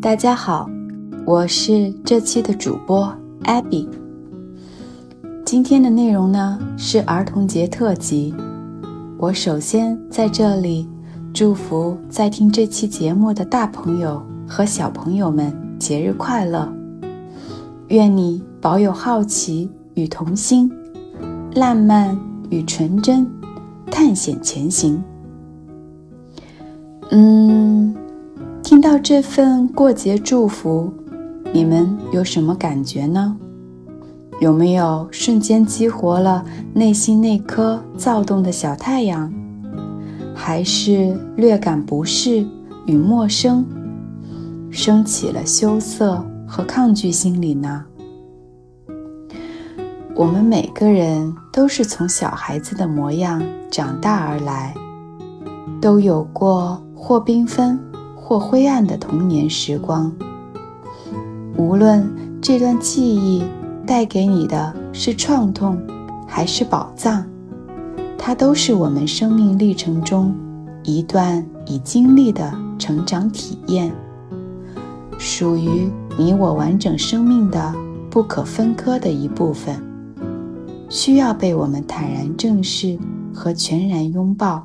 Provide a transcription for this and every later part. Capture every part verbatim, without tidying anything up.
大家好，我是这期的主播 Abby。 今天的内容呢是儿童节特辑。我首先在这里祝福在听这期节目的大朋友和小朋友们节日快乐，愿你保有好奇与童心，烂漫与纯真，探险前行。嗯，听到这份过节祝福，你们有什么感觉呢？有没有瞬间激活了内心那颗躁动的小太阳？还是略感不适与陌生，升起了羞涩和抗拒心理呢？我们每个人都是从小孩子的模样长大而来，都有过或缤纷或灰暗的童年时光。无论这段记忆带给你的是创痛还是宝藏，它都是我们生命历程中一段已经历的成长体验，属于你我完整生命的不可分割的一部分，需要被我们坦然正视和全然拥抱。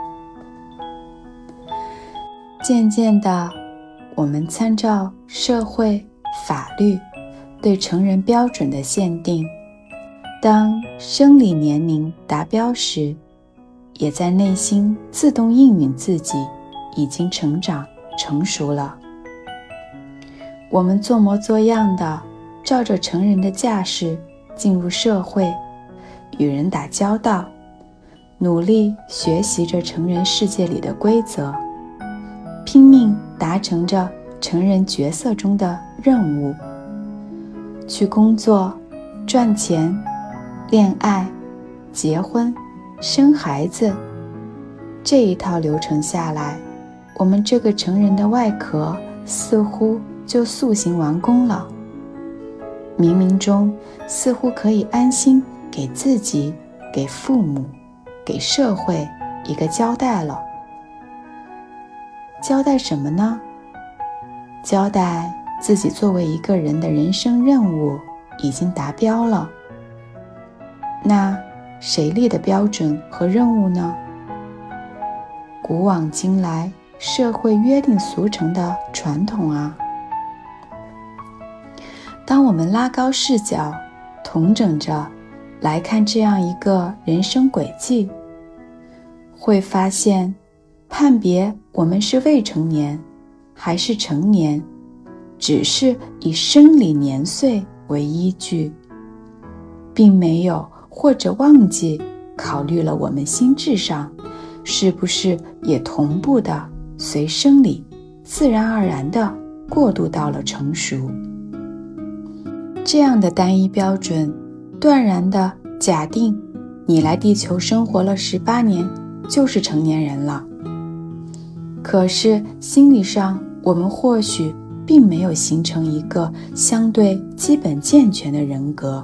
渐渐的，我们参照社会、法律对成人标准的限定，当生理年龄达标时，也在内心自动应允自己已经成长成熟了。我们做模作样的照着成人的架势进入社会，与人打交道，努力学习着成人世界里的规则，拼命达成着成人角色中的任务，去工作、赚钱、恋爱、结婚、生孩子。这一套流程下来，我们这个成人的外壳似乎就塑形完工了，冥冥中似乎可以安心给自己、给父母、给社会一个交代了。交代什么呢？交代自己作为一个人的人生任务已经达标了。那谁立的标准和任务呢？古往今来社会约定俗成的传统啊。当我们拉高视角，统整着来看这样一个人生轨迹，会发现判别我们是未成年还是成年，只是以生理年岁为依据，并没有或者忘记考虑了我们心智上是不是也同步的随生理自然而然地过渡到了成熟。这样的单一标准断然地假定你来地球生活了十八年就是成年人了。可是心理上我们或许并没有形成一个相对基本健全的人格。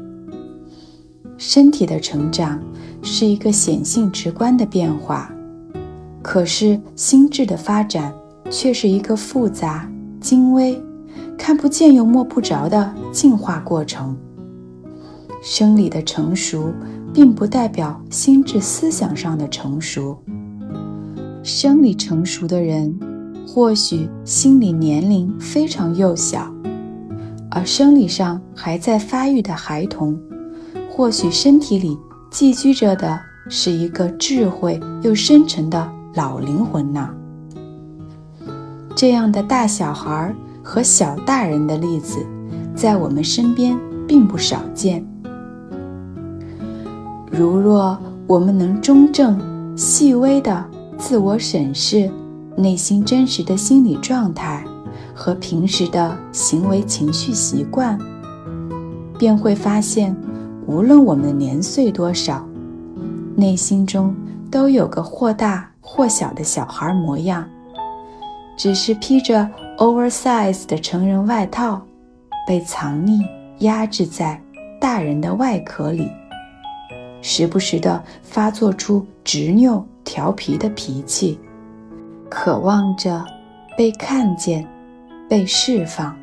身体的成长是一个显性直观的变化，可是心智的发展却是一个复杂、精微、看不见又摸不着的进化过程。生理的成熟并不代表心智思想上的成熟。生理成熟的人或许心理年龄非常幼小，而生理上还在发育的孩童，或许身体里寄居着的是一个智慧又深沉的老灵魂呢。这样的大小孩和小大人的例子，在我们身边并不少见。如若我们能中正、细微地自我审视内心真实的心理状态和平时的行为情绪习惯，便会发现无论我们年岁多少，内心中都有个或大或小的小孩模样，只是披着 oversize 的成人外套，被藏匿压制在大人的外壳里，时不时地发作出执拗调皮的脾气，渴望着被看见、 被释放。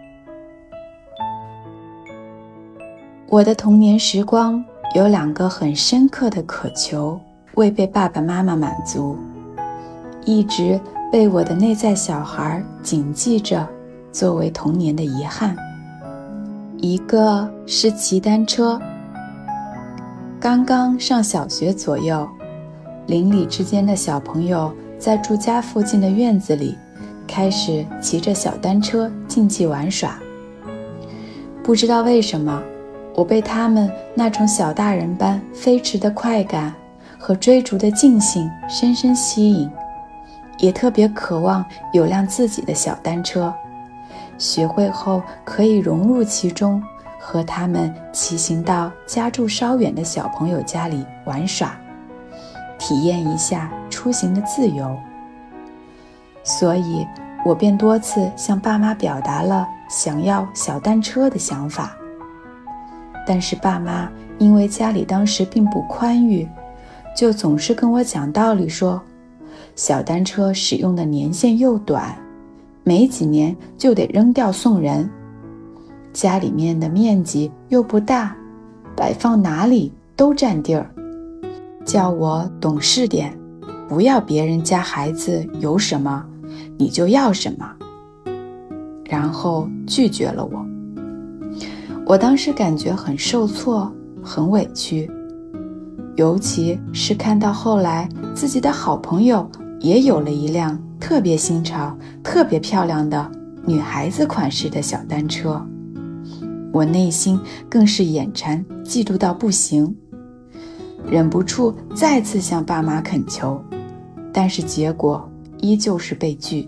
我的童年时光有两个很深刻的渴求未被爸爸妈妈满足，一直被我的内在小孩谨记着，作为童年的遗憾。一个是骑单车。刚刚上小学左右，邻里之间的小朋友在住家附近的院子里开始骑着小单车竞技玩耍。不知道为什么，我被他们那种小大人般飞驰的快感和追逐的劲兴深深吸引，也特别渴望有辆自己的小单车，学会后可以融入其中，和他们骑行到家住稍远的小朋友家里玩耍，体验一下出行的自由。所以我便多次向爸妈表达了想要小单车的想法。但是爸妈因为家里当时并不宽裕，就总是跟我讲道理说，小单车使用的年限又短，没几年就得扔掉送人，家里面的面积又不大，摆放哪里都占地儿，叫我懂事点，不要别人家孩子有什么你就要什么，然后拒绝了我。我当时感觉很受挫，很委屈，尤其是看到后来自己的好朋友也有了一辆特别新潮、特别漂亮的女孩子款式的小单车，我内心更是眼馋嫉妒到不行，忍不住再次向爸妈恳求，但是结果依旧是被拒。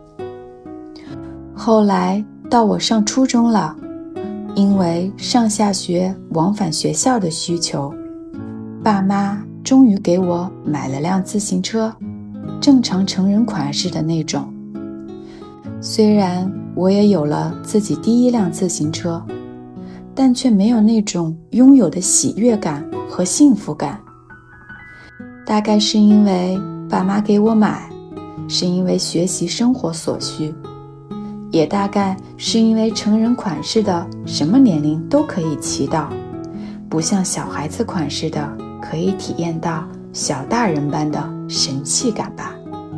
后来到我上初中了，因为上下学往返学校的需求，爸妈终于给我买了辆自行车，正常成人款式的那种。虽然我也有了自己第一辆自行车，但却没有那种拥有的喜悦感和幸福感。大概是因为爸妈给我买，是因为学习生活所需，也大概是因为成人款式的什么年龄都可以骑到，不像小孩子款式的可以体验到小大人般的神气感吧。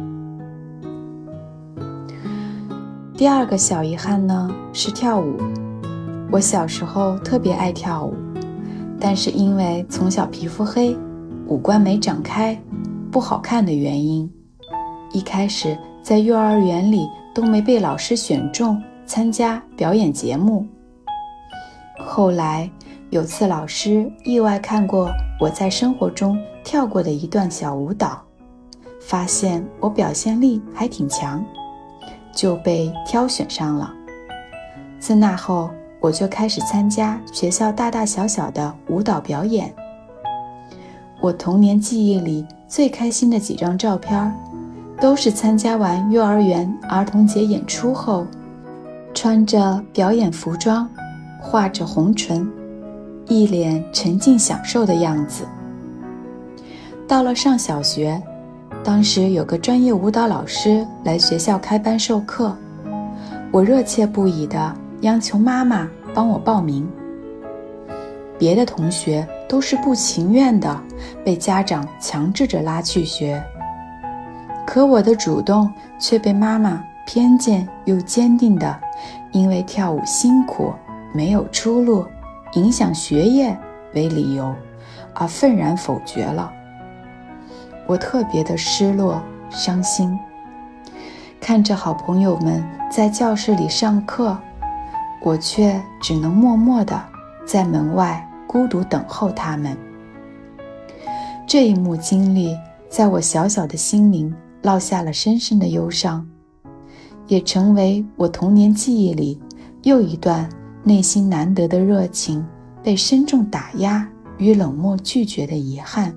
第二个小遗憾呢，是跳舞。我小时候特别爱跳舞，但是因为从小皮肤黑，五官没长开，不好看的原因，一开始在幼儿园里都没被老师选中参加表演节目。后来有次老师意外看过我在生活中跳过的一段小舞蹈，发现我表现力还挺强，就被挑选上了。自那后我就开始参加学校大大小小的舞蹈表演。我童年记忆里最开心的几张照片，都是参加完幼儿园儿童节演出后，穿着表演服装，画着红唇，一脸沉浸享受的样子。到了上小学，当时有个专业舞蹈老师来学校开班授课，我热切不已地央求妈妈帮我报名。别的同学都是不情愿的被家长强制着拉去学，可我的主动却被妈妈偏见又坚定的因为跳舞辛苦，没有出路，影响学业为理由而愤然否决了。我特别的失落伤心，看着好朋友们在教室里上课，我却只能默默地在门外孤独等候他们。这一幕经历在我小小的心灵烙下了深深的忧伤，也成为我童年记忆里又一段内心难得的热情被深重打压与冷漠拒绝的遗憾。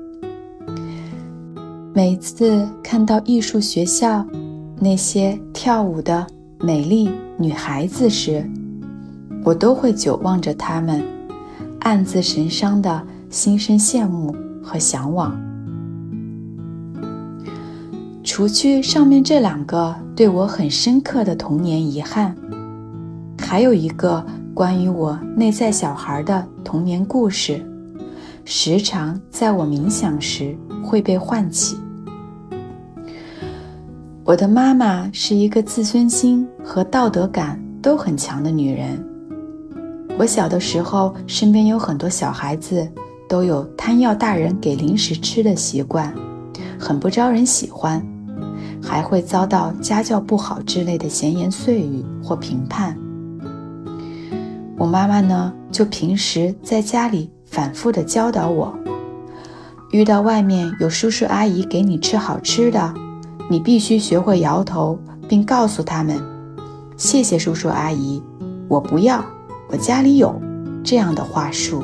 每次看到艺术学校那些跳舞的美丽女孩子时，我都会久望着她们，暗自神伤的心生羡慕和向往。 除去上面这两个对我很深刻的童年遗憾，还有一个关于我内在小孩的童年故事，时常在我冥想时会被唤起。我的妈妈是一个自尊心和道德感都很强的女人。我小的时候，身边有很多小孩子都有贪要大人给零食吃的习惯，很不招人喜欢，还会遭到家教不好之类的闲言碎语或评判。我妈妈呢，就平时在家里反复地教导我，遇到外面有叔叔阿姨给你吃好吃的，你必须学会摇头，并告诉他们，谢谢叔叔阿姨，我不要，我家里有，这样的话术。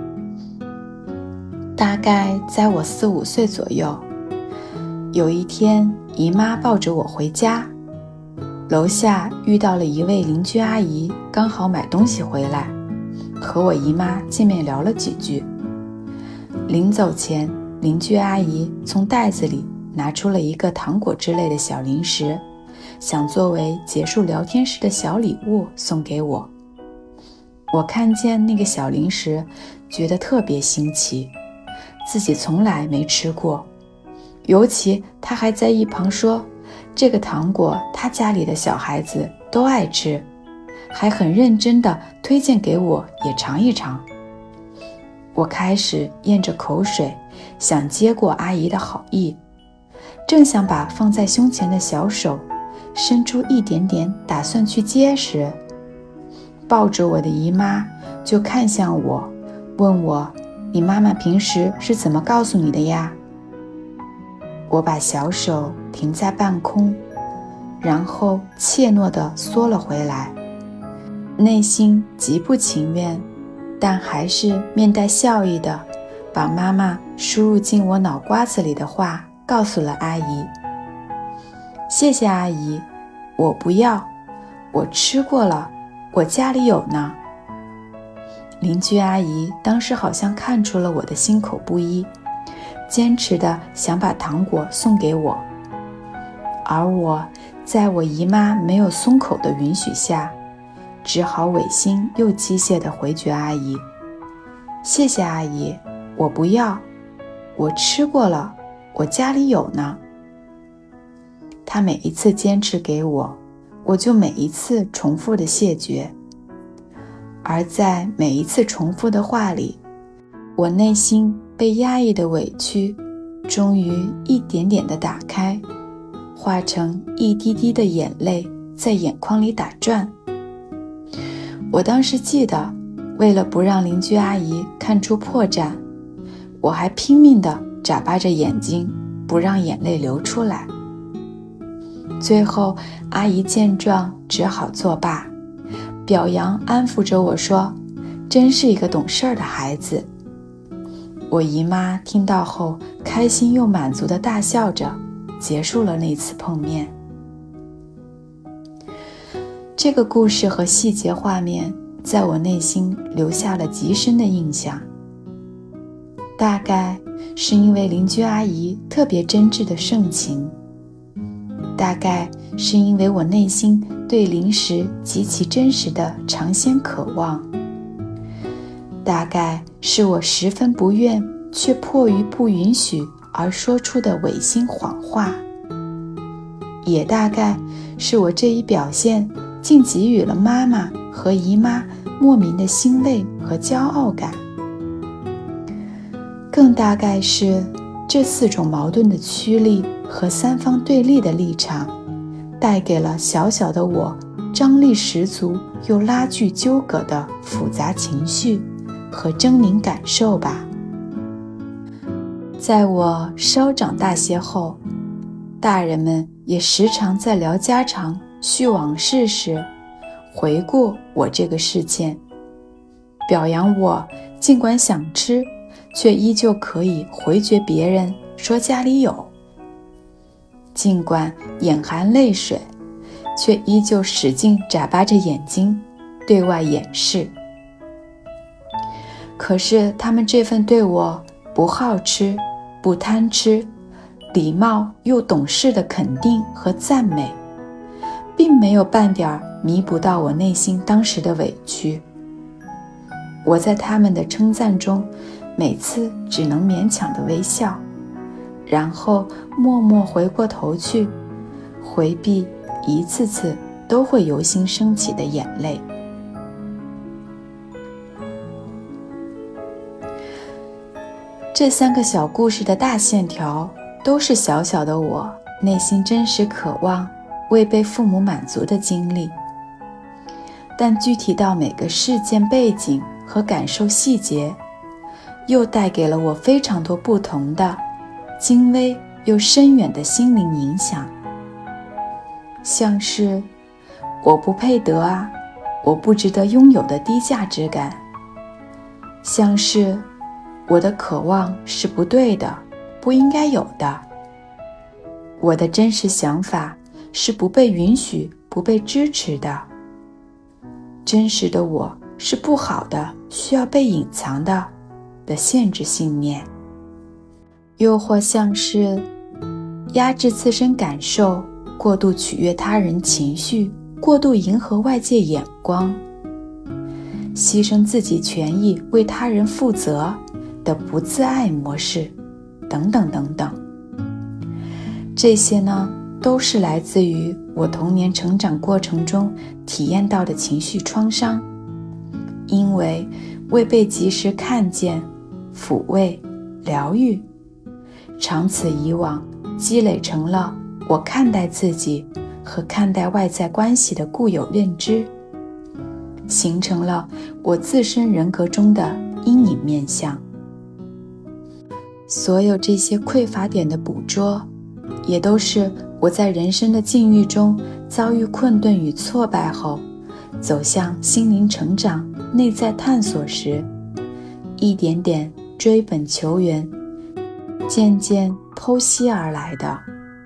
大概在我四五岁左右，有一天姨妈抱着我回家，楼下遇到了一位邻居阿姨，刚好买东西回来，和我姨妈见面聊了几句。临走前，邻居阿姨从袋子里拿出了一个糖果之类的小零食，想作为结束聊天时的小礼物送给我。我看见那个小零食，觉得特别新奇，自己从来没吃过，尤其他还在一旁说，这个糖果他家里的小孩子都爱吃，还很认真地推荐给我也尝一尝。我开始咽着口水，想接过阿姨的好意，正想把放在胸前的小手伸出一点点，打算去接时，抱着我的姨妈就看向我，问我，你妈妈平时是怎么告诉你的呀？我把小手停在半空，然后怯懦地缩了回来，内心极不情愿，但还是面带笑意地把妈妈输入进我脑瓜子里的话告诉了阿姨。谢谢阿姨，我不要，我吃过了，我家里有呢。邻居阿姨当时好像看出了我的心口不一，坚持地想把糖果送给我，而我在我姨妈没有松口的允许下，只好违心又机械地回绝阿姨，谢谢阿姨，我不要，我吃过了，我家里有呢。她每一次坚持给我，我就每一次重复的谢绝，而在每一次重复的话里，我内心被压抑的委屈终于一点点地打开，化成一滴滴的眼泪在眼眶里打转。我当时记得，为了不让邻居阿姨看出破绽，我还拼命地眨巴着眼睛，不让眼泪流出来。最后阿姨见状只好作罢，表扬安抚着我说，真是一个懂事的孩子。我姨妈听到后开心又满足地大笑着，结束了那次碰面。这个故事和细节画面在我内心留下了极深的印象，大概是因为邻居阿姨特别真挚的盛情，大概是因为我内心对零食极其真实的尝鲜渴望，大概是我十分不愿却迫于不允许而说出的违心谎话，也大概是我这一表现竟给予了妈妈和姨妈莫名的欣慰和骄傲感，更大概是这四种矛盾的驱力和三方对立的立场带给了小小的我张力十足又拉锯纠葛的复杂情绪和狰狞感受吧。在我稍长大些后，大人们也时常在聊家常叙往事时回顾我这个事件，表扬我尽管想吃，却依旧可以回绝别人说家里有，尽管眼含泪水，却依旧使劲眨巴着眼睛对外掩饰。可是他们这份对我不好吃、不贪吃、 礼貌又懂事的肯定和赞美，并没有半点弥补到我内心当时的委屈。我在他们的称赞中，每次只能勉强的微笑，然后默默回过头去，回避一次次都会由心升起的眼泪。这三个小故事的大线条，都是小小的我内心真实渴望未被父母满足的经历，但具体到每个事件背景和感受细节，又带给了我非常多不同的精微又深远的心灵影响。像是我不配得啊，我不值得拥有的低价值感，像是我的渴望是不对的，不应该有的，我的真实想法是不被允许、不被支持的，真实的我是不好的，需要被隐藏的的限制信念。又或像是压制自身感受，过度取悦他人情绪，过度迎合外界眼光，牺牲自己权益为他人负责的不自爱模式，等等等等。这些呢，都是来自于我童年成长过程中体验到的情绪创伤，因为未被及时看见、抚慰、疗愈，长此以往积累成了我看待自己和看待外在关系的固有认知，形成了我自身人格中的阴影面相。所有这些匮乏点的捕捉，也都是我在人生的境遇中遭遇困顿与挫败后，走向心灵成长、内在探索时，一点点追本求源，渐渐剖析而来的。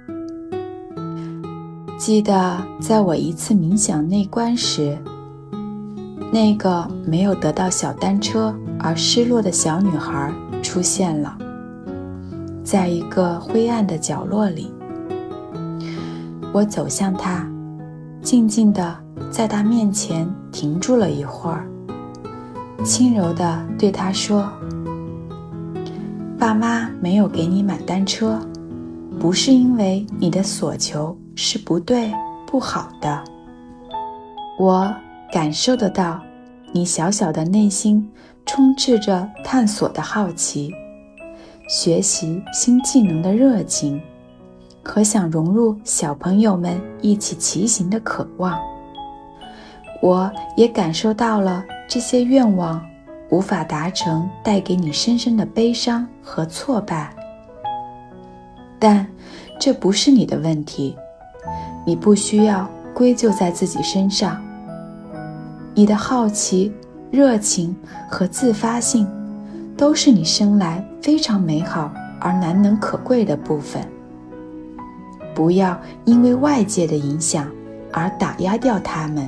记得在我一次冥想内观时，那个没有得到小单车而失落的小女孩出现了，在一个灰暗的角落里。我走向她，静静地在她面前停住了一会儿，轻柔地对她说：爸妈没有给你买单车，不是因为你的所求是不对不好的。我感受得到你小小的内心充斥着探索的好奇，学习新技能的热情，和想融入小朋友们一起骑行的渴望。我也感受到了这些愿望无法达成带给你深深的悲伤和挫败，但这不是你的问题，你不需要归咎在自己身上。你的好奇、热情和自发性都是你生来非常美好而难能可贵的部分。不要因为外界的影响而打压掉它们。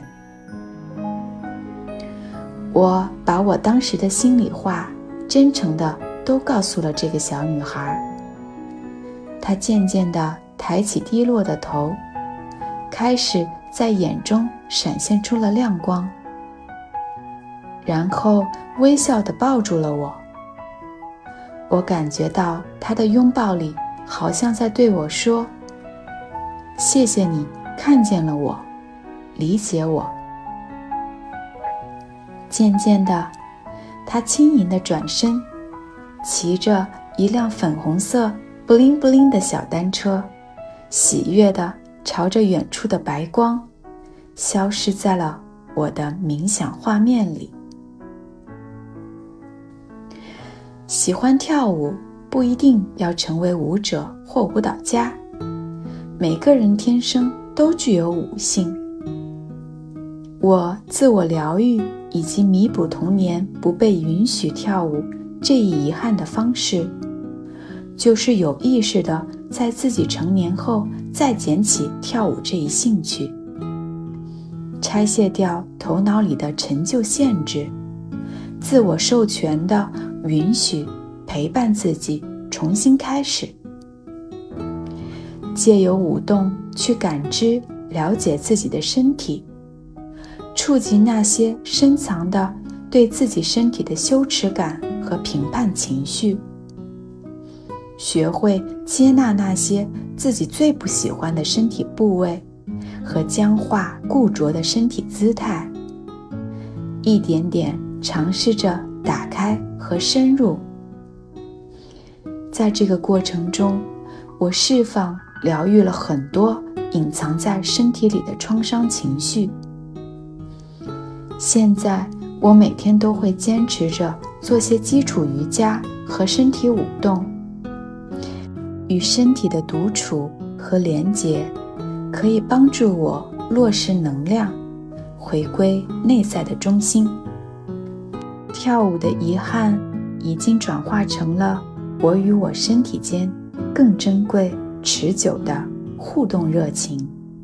我把我当时的心里话真诚地都告诉了这个小女孩。她渐渐地抬起低落的头，开始在眼中闪现出了亮光，然后微笑地抱住了我。我感觉到她的拥抱里好像在对我说：谢谢你看见了我，理解我。渐渐的，他轻盈地转身，骑着一辆粉红色 bling bling 的小单车，喜悦地朝着远处的白光，消失在了我的冥想画面里。喜欢跳舞不一定要成为舞者或舞蹈家，每个人天生都具有舞性。我自我疗愈以及弥补童年不被允许跳舞这一遗憾的方式，就是有意识地在自己成年后再捡起跳舞这一兴趣，拆卸掉头脑里的陈旧限制，自我授权地允许陪伴自己重新开始。 借由舞动去感知、了解自己的身体，触及那些深藏的对自己身体的羞耻感和评判情绪，学会接纳那些自己最不喜欢的身体部位和僵化固着的身体姿态，一点点尝试着打开和深入。在这个过程中，我释放、疗愈了很多隐藏在身体里的创伤情绪。现在我每天都会坚持着做些基础瑜伽和身体舞动，与身体的独处和连结可以帮助我落实能量，回归内在的中心。跳舞的遗憾已经转化成了我与我身体间更珍贵、持久的互动热情。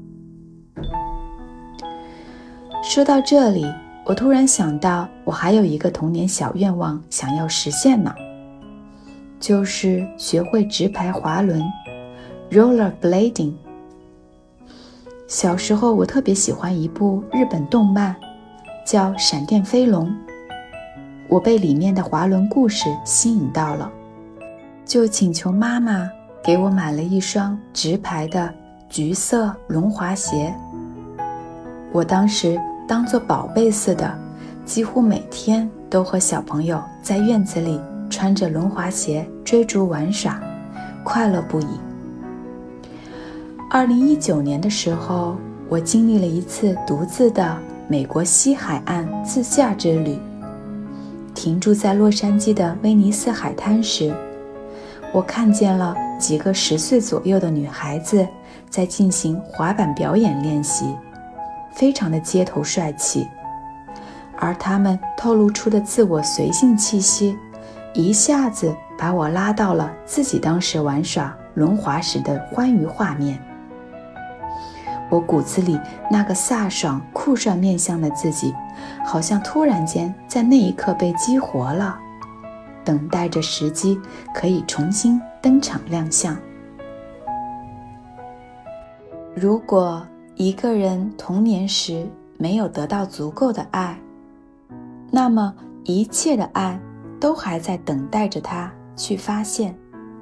说到这里，我突然想到，我还有一个童年小愿望想要实现呢，就是学会直排滑轮 rollerblading。 小时候我特别喜欢一部日本动漫，叫《闪电飞龙》，我被里面的滑轮故事吸引到了，就请求妈妈给我买了一双直排的橘色轮滑鞋。我当时当作宝贝似的，几乎每天都和小朋友在院子里穿着轮滑鞋追逐玩耍，快乐不已。二零一九年的时候，我经历了一次独自的美国西海岸自驾之旅。停驻在洛杉矶的威尼斯海滩时，我看见了几个十岁左右的女孩子在进行滑板表演练习，非常的街头帅气，而她们透露出的自我随性气息，一下子把我拉到了自己当时玩耍轮滑时的欢愉画面。我骨子里那个飒爽酷帅面向的自己，好像突然间在那一刻被激活了，等待着时机可以重新登场亮相。如果一个人童年时没有得到足够的爱，那么一切的爱都还在等待着他去发现。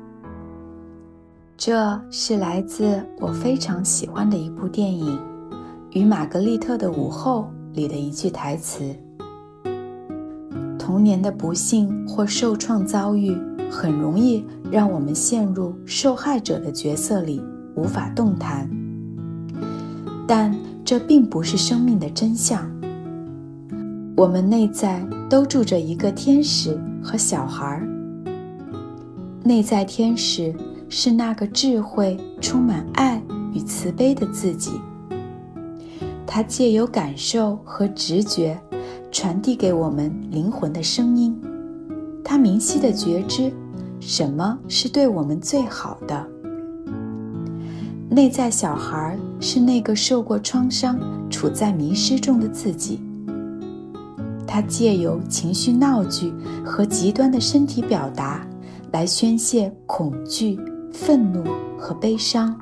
这是来自我非常喜欢的一部电影《与玛格丽特的午后》里的一句台词。童年的不幸或受创遭遇很容易让我们陷入受害者的角色里，无法动弹。但这并不是生命的真相。我们内在都住着一个天使和小孩。内在天使是那个智慧、充满爱与慈悲的自己，它借由感受和直觉传递给我们灵魂的声音，它明晰地觉知什么是对我们最好的。内在小孩是那个受过创伤、处在迷失中的自己，他借由情绪闹剧和极端的身体表达来宣泄恐惧、愤怒和悲伤。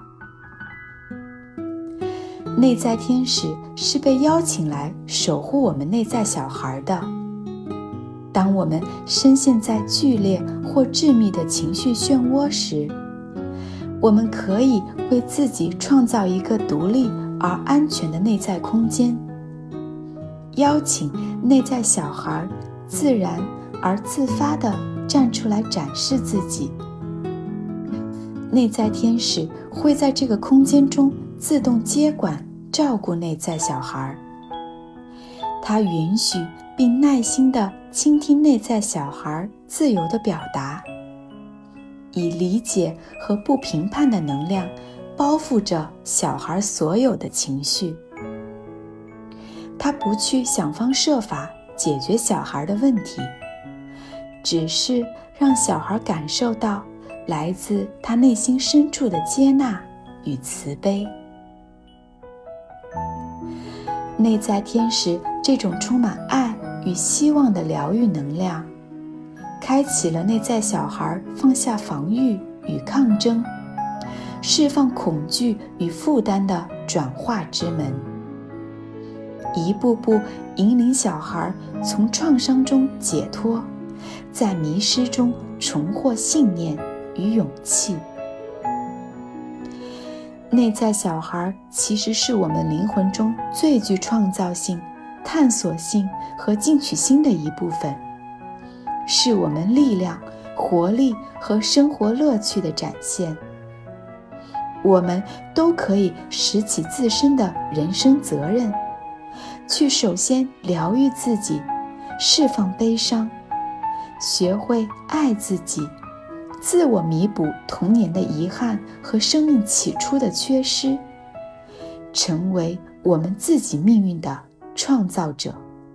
内在天使是被邀请来守护我们内在小孩的。当我们深陷在剧烈或致密的情绪漩涡时，我们可以为自己创造一个独立而安全的内在空间，邀请内在小孩自然而自发地站出来展示自己。内在天使会在这个空间中自动接管、照顾内在小孩，他允许并耐心地倾听内在小孩自由的表达，以理解和不评判的能量包覆着小孩所有的情绪。他不去想方设法解决小孩的问题，只是让小孩感受到来自他内心深处的接纳与慈悲。内在天使这种充满爱与希望的疗愈能量，开启了内在小孩放下防御与抗争， 释放恐惧与负担的转化之门，一步步引领小孩从创伤中解脱，在迷失中重获信念与勇气。内在小孩其实是我们灵魂中最具创造性、探索性和进取心的一部分，是我们力量、活力和生活乐趣的展现。我们都可以拾起自身的人生责任，去首先疗愈自己，释放悲伤，学会爱自己，自我弥补童年的遗憾和生命起初的缺失，成为我们自己命运的创造者。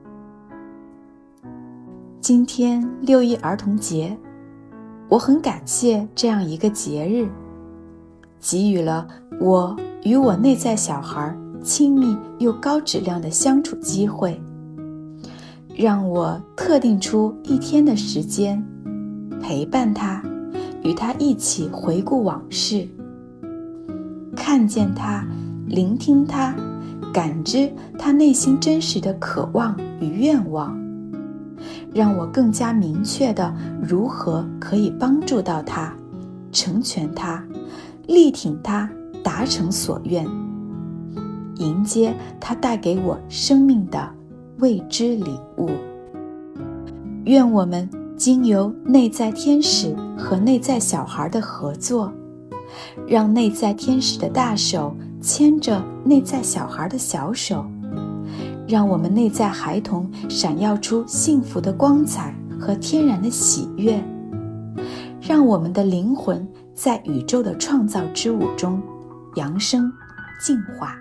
今天六一儿童节，我很感谢这样一个节日，给予了我与我内在小孩亲密又高质量的相处机会，让我特定出一天的时间，陪伴他，与他一起回顾往事，看见他，聆听他，感知他内心真实的渴望与愿望，让我更加明确地如何可以帮助到他，成全他，力挺他达成所愿，迎接他带给我生命的未知礼物。愿我们经由内在天使和内在小孩的合作，让内在天使的大手牵着内在小孩的小手，让我们内在孩童闪耀出幸福的光彩和天然的喜悦，让我们的灵魂在宇宙的创造之舞中扬升进化。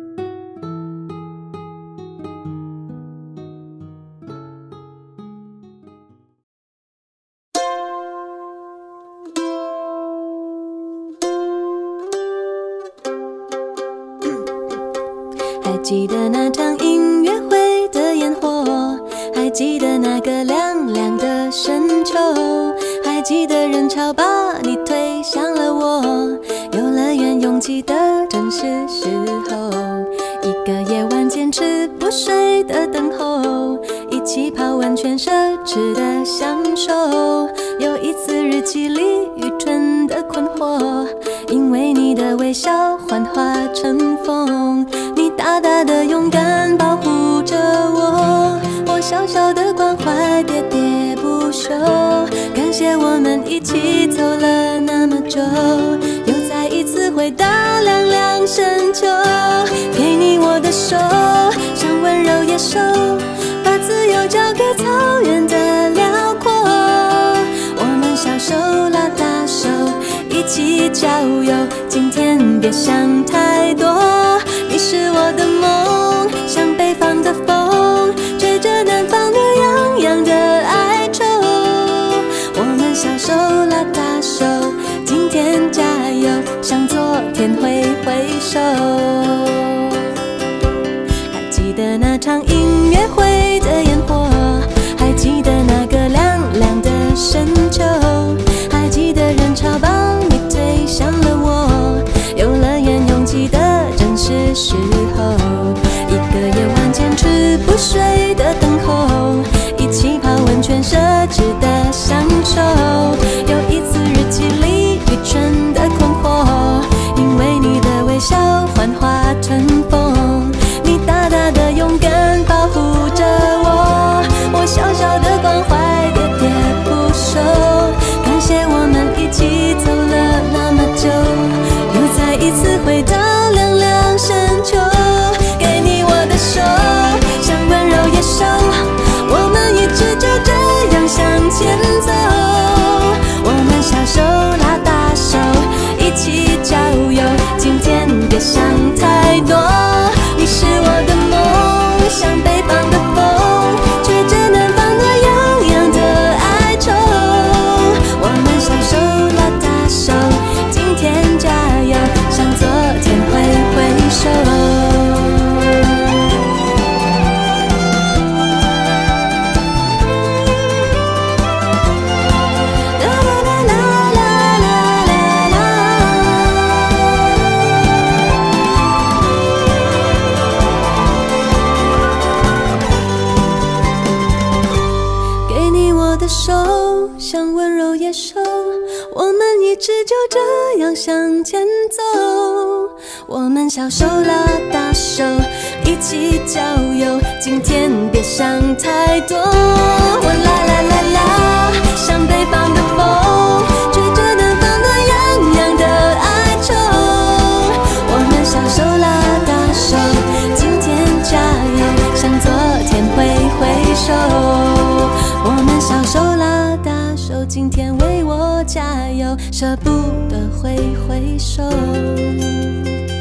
还记得那场音乐会的烟火，还记得那个凉凉的深秋，还记得人潮把你推向了我，游乐园拥挤的正是时候，一个夜晚坚持不睡的等候，一起泡温泉奢侈的享受，有一次日记里愚蠢的困惑，因为你的微笑幻化成风，你大大的勇敢保护着我，我小小的关怀喋喋不休，感谢我们一起走了那么久，又再一次回到凉凉深秋，给你我的手，像温柔野兽，把自由交给草原的辽阔，我们小手拉大手，一起郊游，今天别想太多，你是我的梦，像北方的风，吹着南方暖洋洋的哀愁，我们小手拉大手，今天加油，向昨天挥挥手。还记得那场音乐会的烟火，还记得那个凉凉的深秋，还记得人潮把你推向了我，游乐园拥挤手像温柔野兽，我们一直就这样向前走。我们小手拉大手，一起郊游，今天别想太多。我啦啦啦啦，像北方的风，吹着南方暖洋洋的哀愁。我们小手拉大手，今天加油，向昨天挥挥手。我们小手拉大手，今天为我加油，舍不得挥挥手。